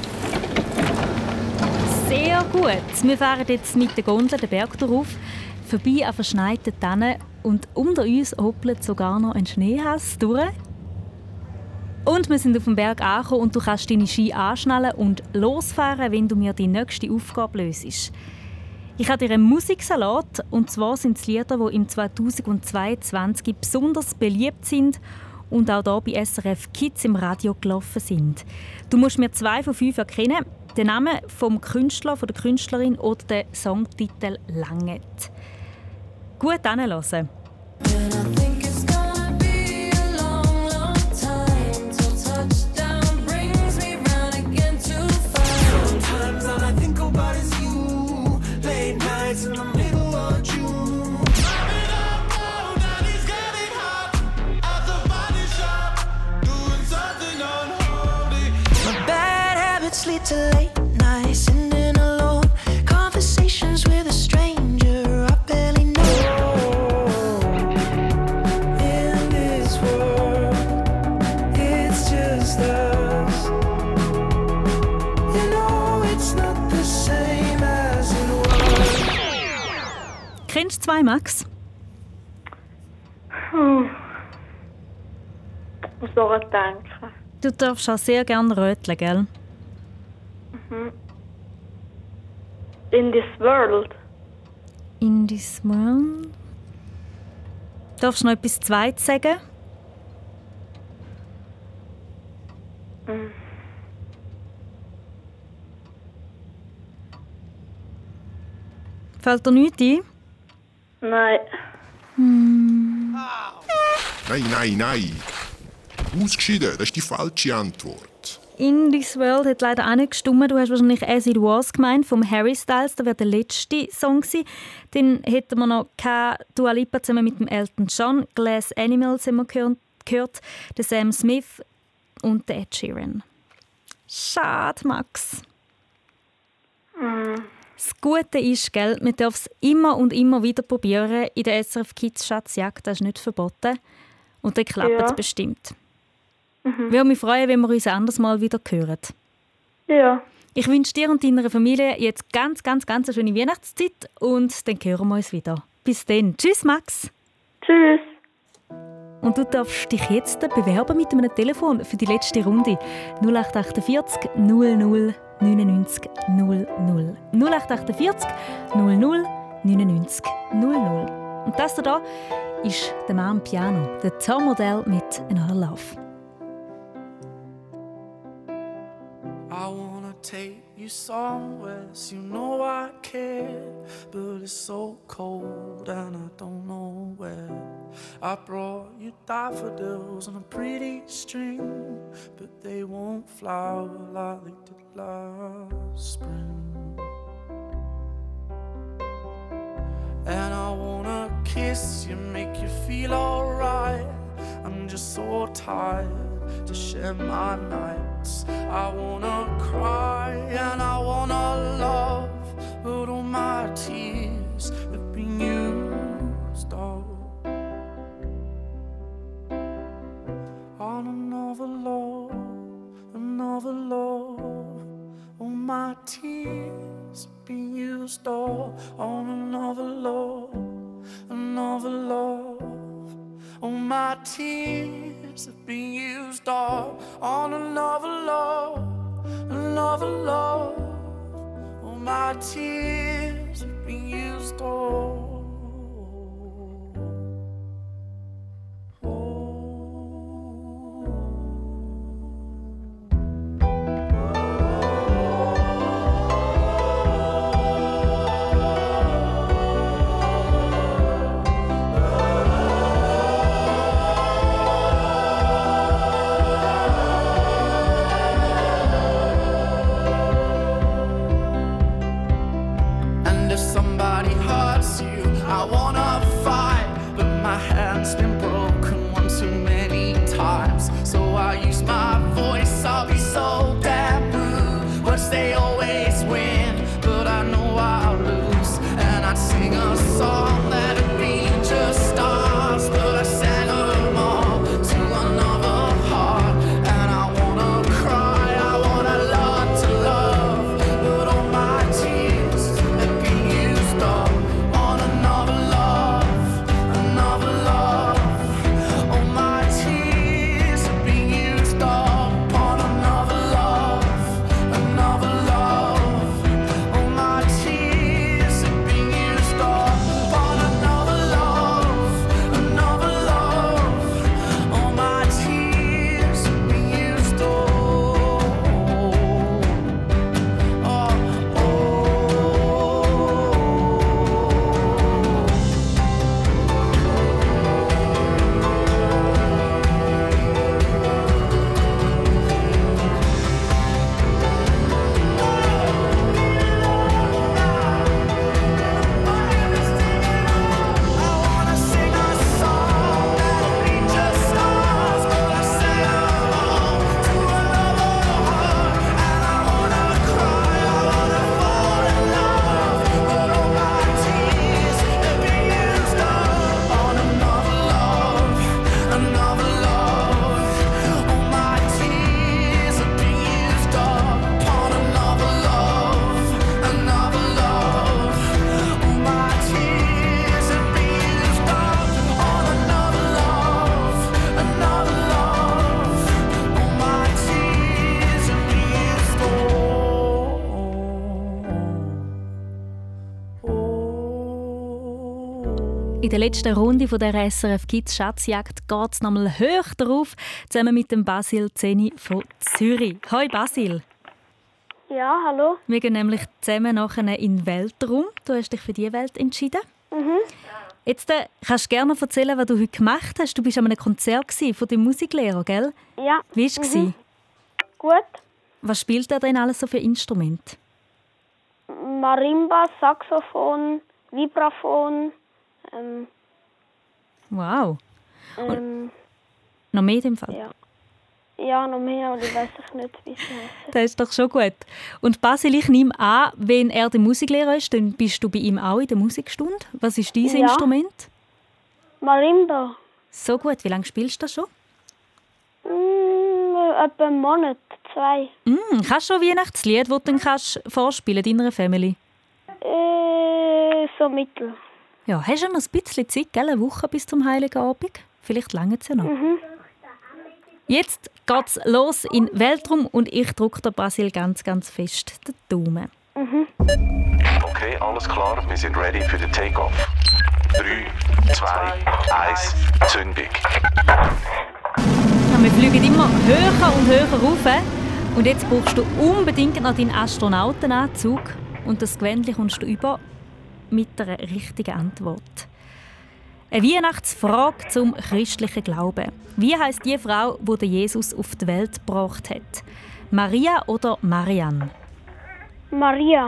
Sehr gut. Wir fahren jetzt mit der Gondel den Berg drauf, vorbei an verschneiten Tannen und unter uns hoppelt sogar noch ein Schneehass durch. Und wir sind auf dem Berg angekommen und du kannst deine Ski anschnallen und losfahren, wenn du mir die nächste Aufgabe löst. Ich habe dir einen Musiksalat, und zwar sind es Lieder, die im zweitausendzweiundzwanzig besonders beliebt sind und auch hier bei S R F Kids im Radio gelaufen sind. Du musst mir zwei von fünf erkennen, den Namen vom Künstler, von der Künstlerin oder den Songtitel langet. Gut anhören. Lead to late nights, sitting alone, conversations with a stranger I barely know. In this world, it's just us. You know it's not the same as it was. Kennst du zwei, Max? Hm. Ich muss daran denken. Du darfst auch sehr gerne röteln, gell? Mhm. In this world. In this world. Darfst du noch etwas Zweites sagen? Mhm. Fällt dir nichts ein? Nein. Hm. Nein, nein, nein. Ausgeschieden, das ist die falsche Antwort. In This World hat leider auch nicht gestimmt. Du hast wahrscheinlich As It Was gemeint, vom Harry Styles. Das wäre der letzte Song gewesen. Dann hätten wir noch Dua Lipa zusammen mit dem Elton John. Glass Animals haben wir gehört, gehört der Sam Smith und der Ed Sheeran. Schade, Max. Mm. Das Gute ist, gell, man darf es immer und immer wieder probieren. In der S R F Kids Schatzjagd, das ist nicht verboten. Und dann klappt es Ja. bestimmt. Mhm. Würde mich freuen, wenn wir uns ein anderes Mal wieder hören. Ja. Ich wünsche dir und deiner Familie jetzt ganz, ganz, ganz eine schöne Weihnachtszeit und dann hören wir uns wieder. Bis dann. Tschüss, Max. Tschüss. Und du darfst dich jetzt bewerben mit einem Telefon für die letzte Runde. null acht achtundvierzig null null neunundneunzig null null. null acht achtundvierzig null null neunundneunzig null null. Und das hier ist der Mann am Piano, der Tom Odell mit Another Love. I wanna take you somewhere, so you know I care, but it's so cold and I don't know where. I brought you daffodils on a pretty string, but they won't flower like they did last spring. And I wanna kiss you, make you feel alright. I'm just so tired to share my nights. I wanna cry and I wanna love, but all my tears have been used up on another love, another love. All my tears have been used up on another love, another love. All my tears have been used up on another love, another love. All my tears have been used up. In der letzten Runde von der S R F Kids Schatzjagd geht es nochmal hoch drauf, zusammen mit dem Basil Zeni von Zürich. Hoi Basil. Ja, hallo. Wir gehen nämlich zusammen nachher in den Weltraum. Du hast dich für diese Welt entschieden. Mhm. Jetzt äh, kannst du gerne erzählen, was du heute gemacht hast. Du warst an einem Konzert von deinem Musiklehrer, gell? Ja. Wie war es? Mhm. Gut. Was spielt er denn alles so für Instrumente? Marimba, Saxophon, Vibraphon. Ähm, wow. Ähm, noch mehr in dem Fall? Ja. Ja, noch mehr, aber ich weiß nicht, wie es heißt. Das ist doch schon gut. Und Basil, ich nehme an, wenn er der Musiklehrer ist, dann bist du bei ihm auch in der Musikstunde. Was ist dein Ja. Instrument? Marimba. So gut. Wie lange spielst du das schon? Mm, etwa einen Monat, zwei. Mm, kannst du schon ein Weihnachtslied, das du dann kannst vorspielen deiner Family? Äh, so mittel. Ja, hast du noch ein bisschen Zeit, gell? Eine Woche bis zum Heiligen Abend? Vielleicht lange es ja noch. Mhm. Jetzt geht's los in den Weltraum und ich drücke der Basil ganz, ganz fest den Daumen. Mhm. Okay, alles klar, wir sind ready für den Take-Off. drei, zwei, eins, Zündung. Ja, wir fliegen immer höher und höher rauf. Und jetzt brauchst du unbedingt noch deinen Astronautenanzug. Und das Gewändchen kommst du über mit einer richtigen Antwort. Eine Weihnachtsfrage zum christlichen Glauben. Wie heisst die Frau, die Jesus auf die Welt gebracht hat? Maria oder Marianne? Maria.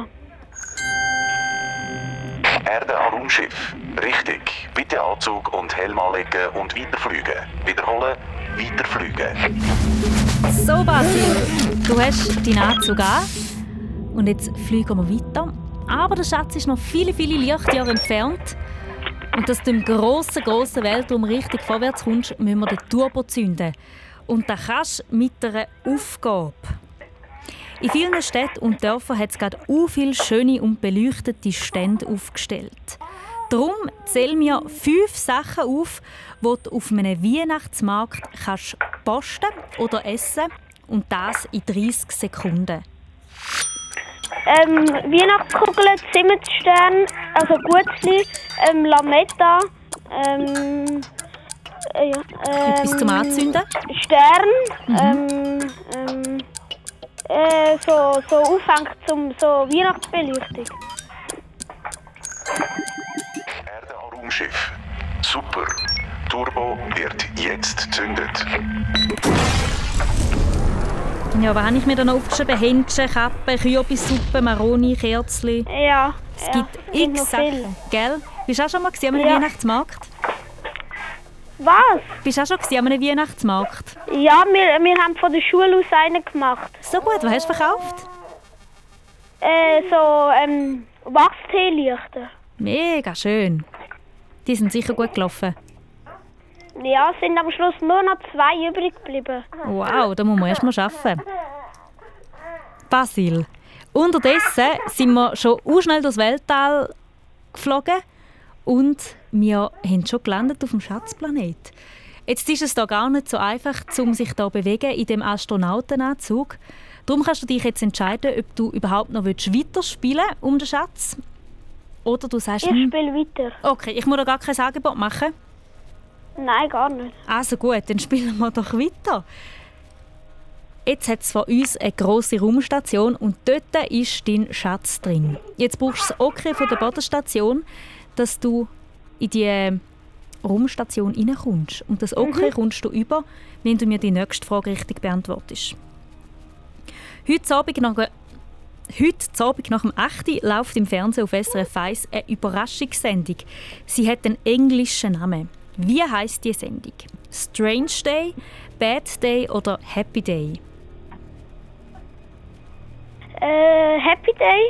Erde an Raumschiff. Richtig. Bitte Anzug und Helm anlegen und weiterfliegen. Wiederholen, weiterfliegen. So, Basil, du hast deinen Anzug an. Und jetzt fliegen wir weiter. Aber der Schatz ist noch viele, viele Lichtjahre entfernt. Und dass du im grossen, grossen Weltraum richtig vorwärts kommst, müssen wir den Turbo zünden. Und das kannst du mit einer Aufgabe. In vielen Städten und Dörfern hat es gerade so viele schöne und beleuchtete Stände aufgestellt. Darum zähl mir fünf Sachen auf, die du auf einem Weihnachtsmarkt kannst posten oder essen und das in dreißig Sekunden. Ähm, Weihnachtskugeln, Zimmerstern, also Gutzli, ähm, Lametta, ähm, äh, ja, ähm, Etwas zum Anzünden? Stern, Mhm. ähm, ähm, äh, so, so Aufhängt zum so Weihnachtsbeleuchtung. Erde an Raumschiff. Super. Turbo wird jetzt gezündet. Ja, was habe ich mir da noch aufgeschrieben? Händchen, Kappe, Kürbissuppe, Maroni, Kerzchen. Ja. Es ja, gibt sind x noch viele. Sachen, gell? Bist du auch schon mal an einem Ja. Weihnachtsmarkt? Was? Bist du auch schon an einem Weihnachtsmarkt? Ja, wir, wir haben von der Schule aus einen gemacht. So gut, was hast du verkauft? Äh, so, ähm, Wachsteelichter. Mega schön. Die sind sicher gut gelaufen. Ja, es sind am Schluss nur noch zwei übrig geblieben. Wow, da muss man erst mal arbeiten. Basil, unterdessen sind wir schon auch schnell durchs Weltall geflogen und wir haben schon gelandet auf dem Schatzplanet. Jetzt ist es da gar nicht so einfach, um sich da bewegen in dem Astronautenanzug. Darum kannst du dich jetzt entscheiden, ob du überhaupt noch weiterspielen willst um den Schatz. Oder du sagst... Ich hm, spiele weiter. Okay, ich muss da gar kein Angebot machen. Nein, gar nicht. Also gut, dann spielen wir doch weiter. Jetzt hat es vor uns eine grosse Raumstation und dort ist dein Schatz drin. Jetzt brauchst du das Okay von der Bodenstation, dass du in die Raumstation reinkommst. Und das Okay Mhm. kommst du über, wenn du mir die nächste Frage richtig beantwortest. Heute Abend nach, heute Abend nach dem acht Uhr läuft im Fernsehen auf S R F eins eine Überraschungssendung. Sie hat einen englischen Namen. Wie heisst die Sendung? Strange Day, Bad Day oder Happy Day? Äh, Happy Day?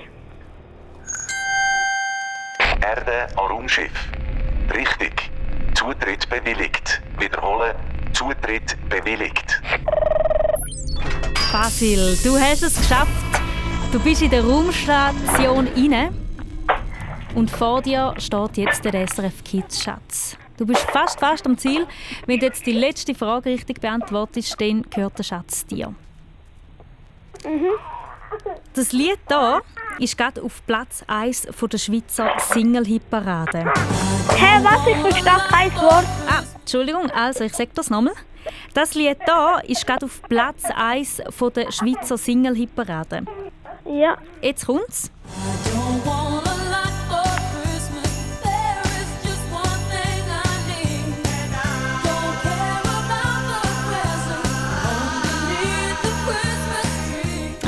Erde an Raumschiff. Richtig. Zutritt bewilligt. Wiederholen. Zutritt bewilligt. Basil, du hast es geschafft. Du bist in der Raumstation inne und vor dir steht jetzt der S R F Kids Schatz. Du bist fast, fast am Ziel. Wenn du jetzt die letzte Frage richtig beantwortest, dann gehört der Schatz dir. Mhm. Das Lied hier ist gerade auf Platz eins von der Schweizer Single-Hit-Parade. Hä, hey, was? Ich verstehe kein Wort. Ah, Entschuldigung, also ich sage das nochmal. Das Lied hier ist gerade auf Platz eins von der Schweizer Single-Hit-Parade. Ja. Jetzt kommt's.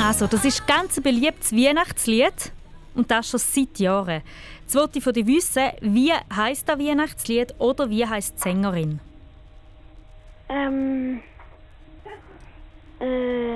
Also, das ist ganz ein beliebtes Weihnachtslied und das schon seit Jahren. Jetzt wollte ich von dir wissen, wie heisst das Weihnachtslied oder wie heisst die Sängerin? Ähm. Äh.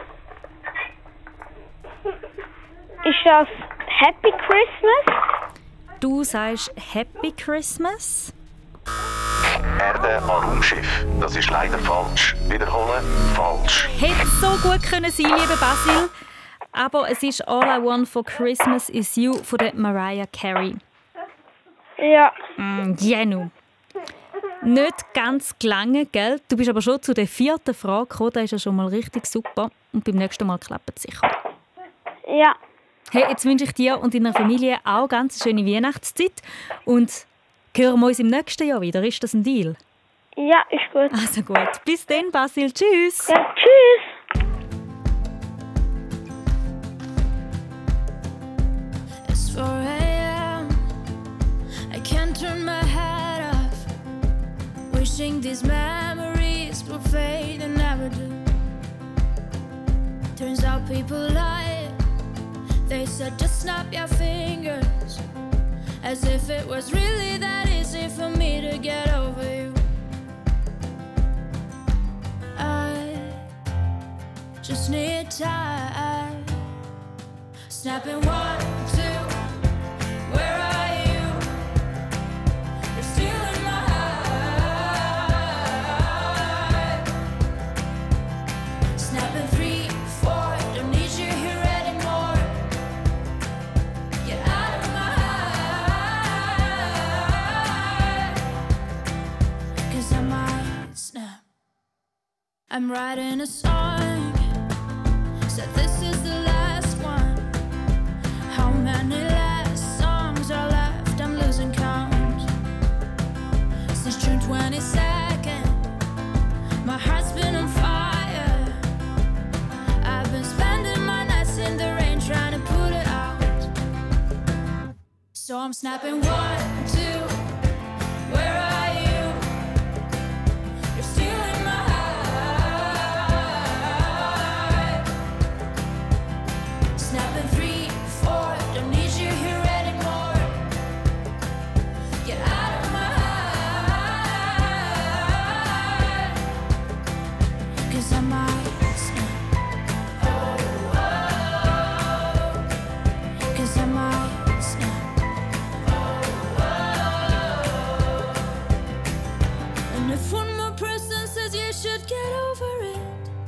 Ist das Happy Christmas? Du sagst Happy Christmas? Erde an Raumschiff. Das ist leider falsch. Wiederholen, falsch. Hätte so gut können sein, lieber Basil. Aber es ist All I Want for Christmas is You von der Mariah Carey. Ja. Mm, genau. Nicht ganz gelangen, gell? Du bist aber schon zu der vierten Frage gekommen. Das ist ja schon mal richtig super. Und beim nächsten Mal klappt es sicher. Ja. Hey, jetzt wünsche ich dir und deiner Familie auch ganz schöne Weihnachtszeit. Und hören wir uns im nächsten Jahr wieder. Ist das ein Deal? Ja, ist gut. Also gut. Bis dann, Basil. Tschüss. Ja, tschüss. It's four a.m. I can't turn my head off. Wishing these memories will fade and never do. Turns out people lie. They said just snap your fingers. As if it was really that easy for me to get over you. I just need time. Snapping one, two, where are you? You're still in my heart. Snapping three, four, don't need you here anymore. Get out of my heart. Cause I might snap. I'm writing a song. Said this is the last one. How many last songs are left? I'm losing count. Since June twenty-second, my heart's been on fire. I've been spending my nights in the rain trying to put it out. So I'm snapping one, two, where are you? You're still in my heart. Snapping three, four, don't need you here anymore. Get out of my heart. Cause I might snap. Oh, oh. Cause I might snap. Oh, oh. And if one more person says you should get over it,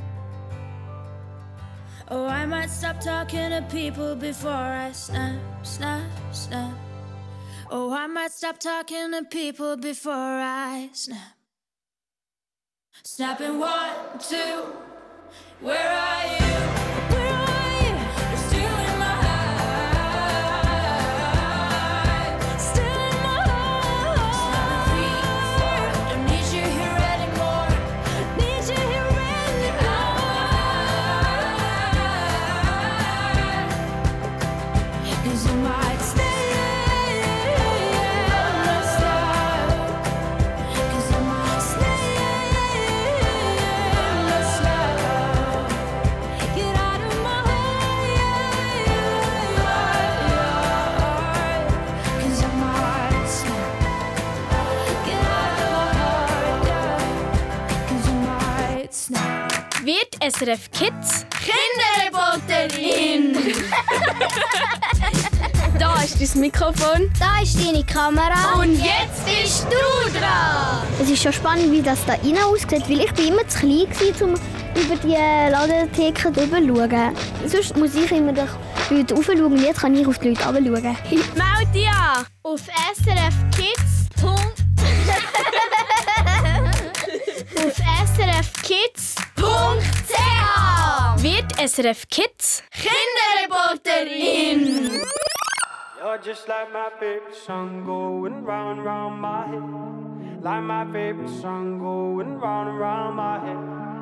oh, I might stop talking to people before I snap, snap, snap. Oh, I might stop talking to people before I snap. Snapping one, two, where are you? Where are you? You're still in my heart. Still in my heart. Three, four, don't need you here anymore. Need you here anymore. Cause you might stay. Cause I might stay. Get out of my heart. Cause I might snap. Get out of my heart. Cause I might snap. Wird S R F Kids Kinderreporterin? Da ist dein Mikrofon. Da ist deine Kamera. Und jetzt bist du dran. Es ist schon spannend, wie das da rein aussieht, weil ich bin immer zu klein war, um über die Ladentheke drüber zu schauen. Sonst muss ich immer durch die Leute raufschauen und jetzt kann ich auf die Leute runterschauen. Meld dich an auf S R F Kids. auf S R F Kids Punkt C H wird S R F Kids Kinderreporterin. You're just like my favorite song going round and round my head. Like my favorite song going round and round my head.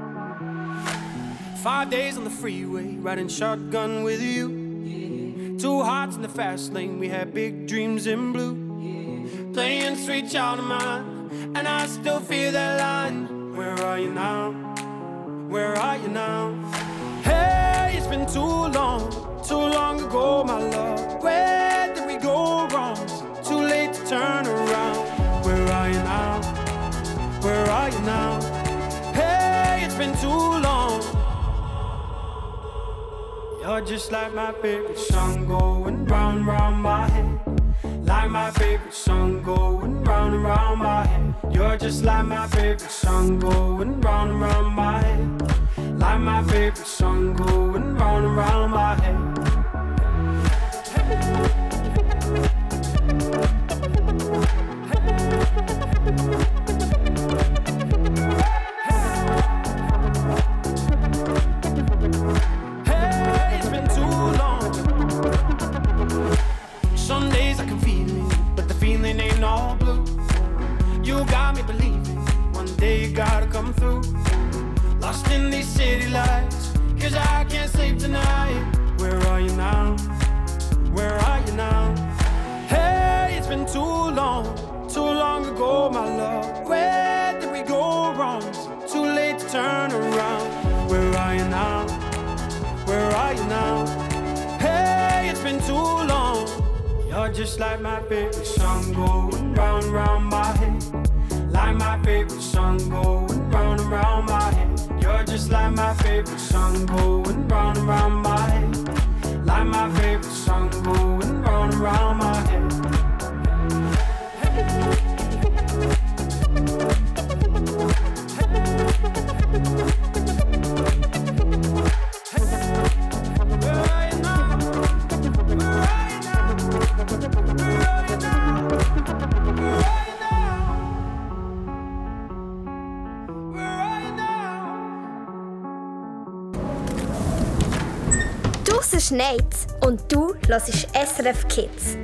Five days on the freeway, riding shotgun with you. Yeah. Two hearts in the fast lane, we had big dreams in blue. Yeah. Playing sweet child of mine, and I still feel that line. Where are you now? Where are you now? Hey, it's been too ago, my love. Where did we go wrong? Too late to turn around. Where are you now? Where are you now? Hey, it's been too long. You're just like my favorite song going round, round my head. Like my favorite song going round and round my head. You're just like my favorite song going round and round my head. Like my favorite song going round and round my head. Hey, it's been too long. Some days I can feel it, but the feeling ain't all blue. You got me believing one day you gotta come through. Lost in these city lights, cause I can't sleep tonight. Where are you now? Where are you now? Hey, it's been too long, too long ago, my love. Where did we go wrong? Too late to turn around. Where are you now? Where are you now? Hey, it's been too long. You're just like my favorite song going round, round my head. Like my favorite song going round and round my head. You're just like my favorite song going round and round my head. Like my favorite song going round and round my head. Where are you now? Where are you now? Where are you now? Where are you now? Where are you now? Draussen schneit's und du hörst S R F Kids.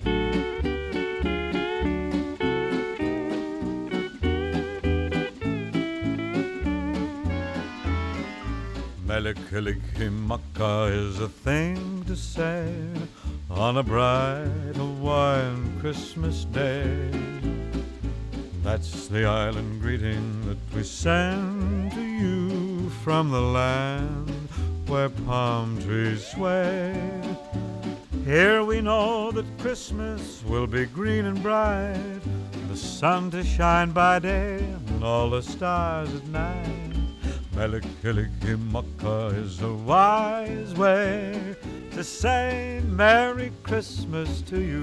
Mele-Kalikimaka is a thing to say on a bright Hawaiian Christmas day. That's the island greeting that we send to you from the land where palm trees sway. Here we know that Christmas will be green and bright, the sun to shine by day and all the stars at night. Mele-Kalikimaka is a wise way to say Merry Christmas to you.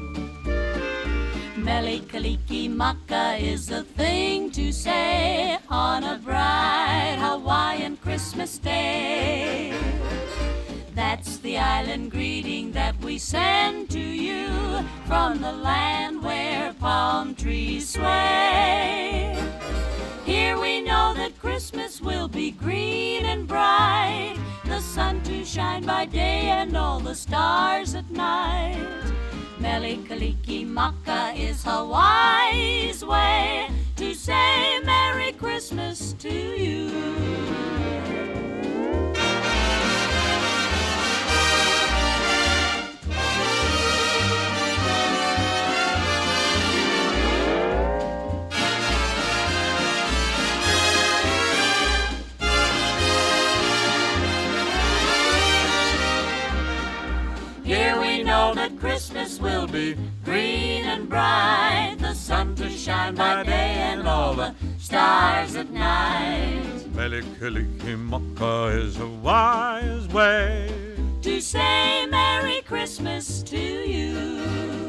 Mele-Kalikimaka is a thing to say on a bright Hawaiian Christmas day. That's the island greeting that we send to you from the land where palm trees sway. Here we know that Christmas will be green and bright, the sun to shine by day and all the stars at night. Mele-Kalikimaka is Hawaii's way to say Merry Christmas to you. Here we know that Christmas will be green and bright, the sun to shine by day and all the stars at night. Mele-Kalikimaka is a wise way to say Merry Christmas to you.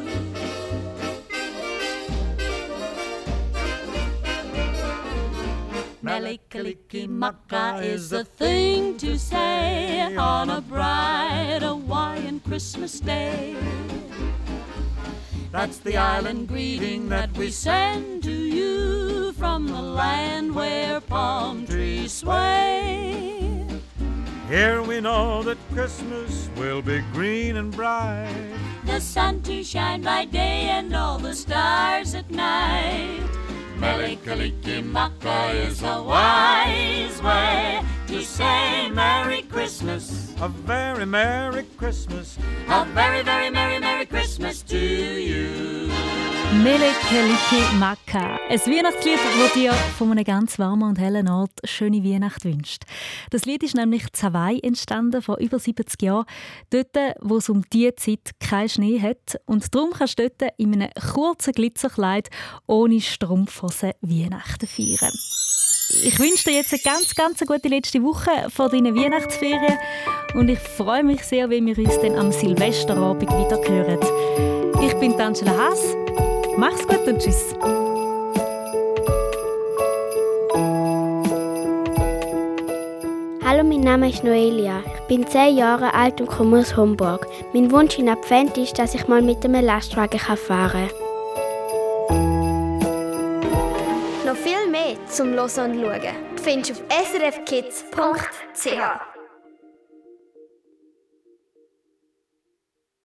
Mele-Kalikimaka is a thing to say on a bright Hawaiian Christmas day. That's the island greeting that we send to you from the land where palm trees sway. Here we know that Christmas will be green and bright, the sun to shine by day and all the stars at night. Mele-Kalikimaka is a wise way to say Merry Christmas. A very Merry Christmas. A very, very Merry, Merry Christmas to you. Mele Kelike Maka. Ein Weihnachtslied, das dir von einem ganz warmen und hellen Ort schöne Weihnacht wünscht. Das Lied ist nämlich in Hawaii entstanden, vor über siebzig Jahren. Dort, wo es um diese Zeit keinen Schnee hat. Und darum kannst du dort in einem kurzen Glitzerkleid ohne Strumpfhosen Weihnachten feiern. Ich wünsche dir jetzt eine ganz, ganz gute letzte Woche vor deinen Weihnachtsferien. Und ich freue mich sehr, wenn wir uns dann am Silvesterabend wieder hören. Ich bin Angela Haas. Mach's gut und tschüss. Hallo, mein Name ist Noelia. Ich bin zehn Jahre alt und komme aus Homburg. Mein Wunsch in Advent ist, dass ich mal mit einem Lastwagen fahren kann. Noch viel mehr zum Hören und Schauen findest du auf s r f kids punkt c h.